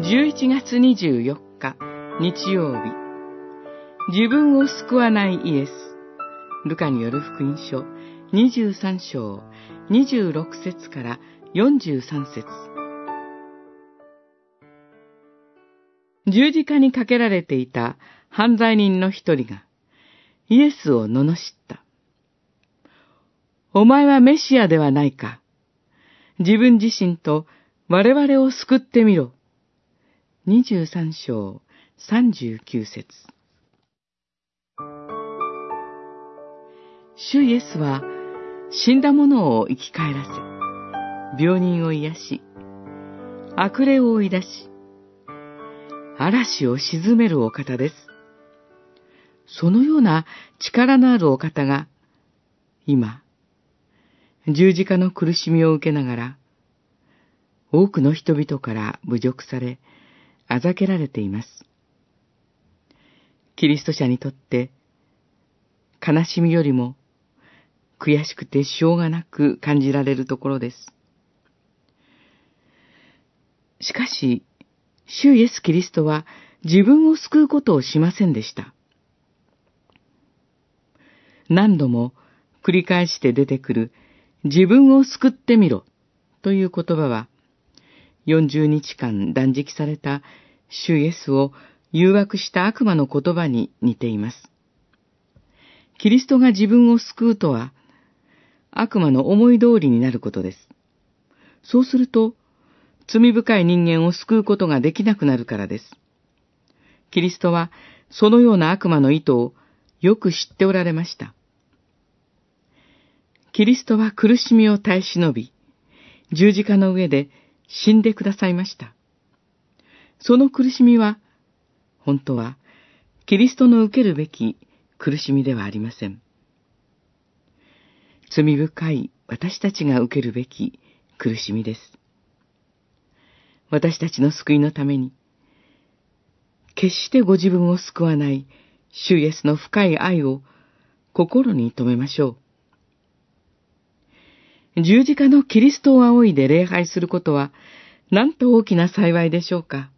11月24日日曜日、自分を救わないイエス。ルカによる福音書23章26節から43節。十字架にかけられていた犯罪人の一人がイエスを罵った。お前はメシアではないか。自分自身と我々を救ってみろ。23章39節。主イエスは死んだ者を生き返らせ、病人を癒し、悪霊を追い出し、嵐を鎮めるお方です。そのような力のあるお方が、今、十字架の苦しみを受けながら、多くの人々から侮辱され、あざけられています。キリスト者にとって、悲しみよりも、悔しくてしょうがなく感じられるところです。しかし、主イエス・キリストは自分を救うことをしませんでした。何度も繰り返して出てくる自分を救ってみろという言葉は、40日間断食された主イエスを誘惑した悪魔の言葉に似ています。キリストが自分を救うとは、悪魔の思い通りになることです。そうすると、罪深い人間を救うことができなくなるからです。キリストは、そのような悪魔の意図をよく知っておられました。キリストは苦しみを耐え忍び、十字架の上で死んでくださいました。その苦しみは、本当は、キリストの受けるべき苦しみではありません。罪深い私たちが受けるべき苦しみです。私たちの救いのために、決してご自分を救わない主イエスの深い愛を心に留めましょう。十字架のキリストを仰いで礼拝することは、なんと大きな幸いでしょうか。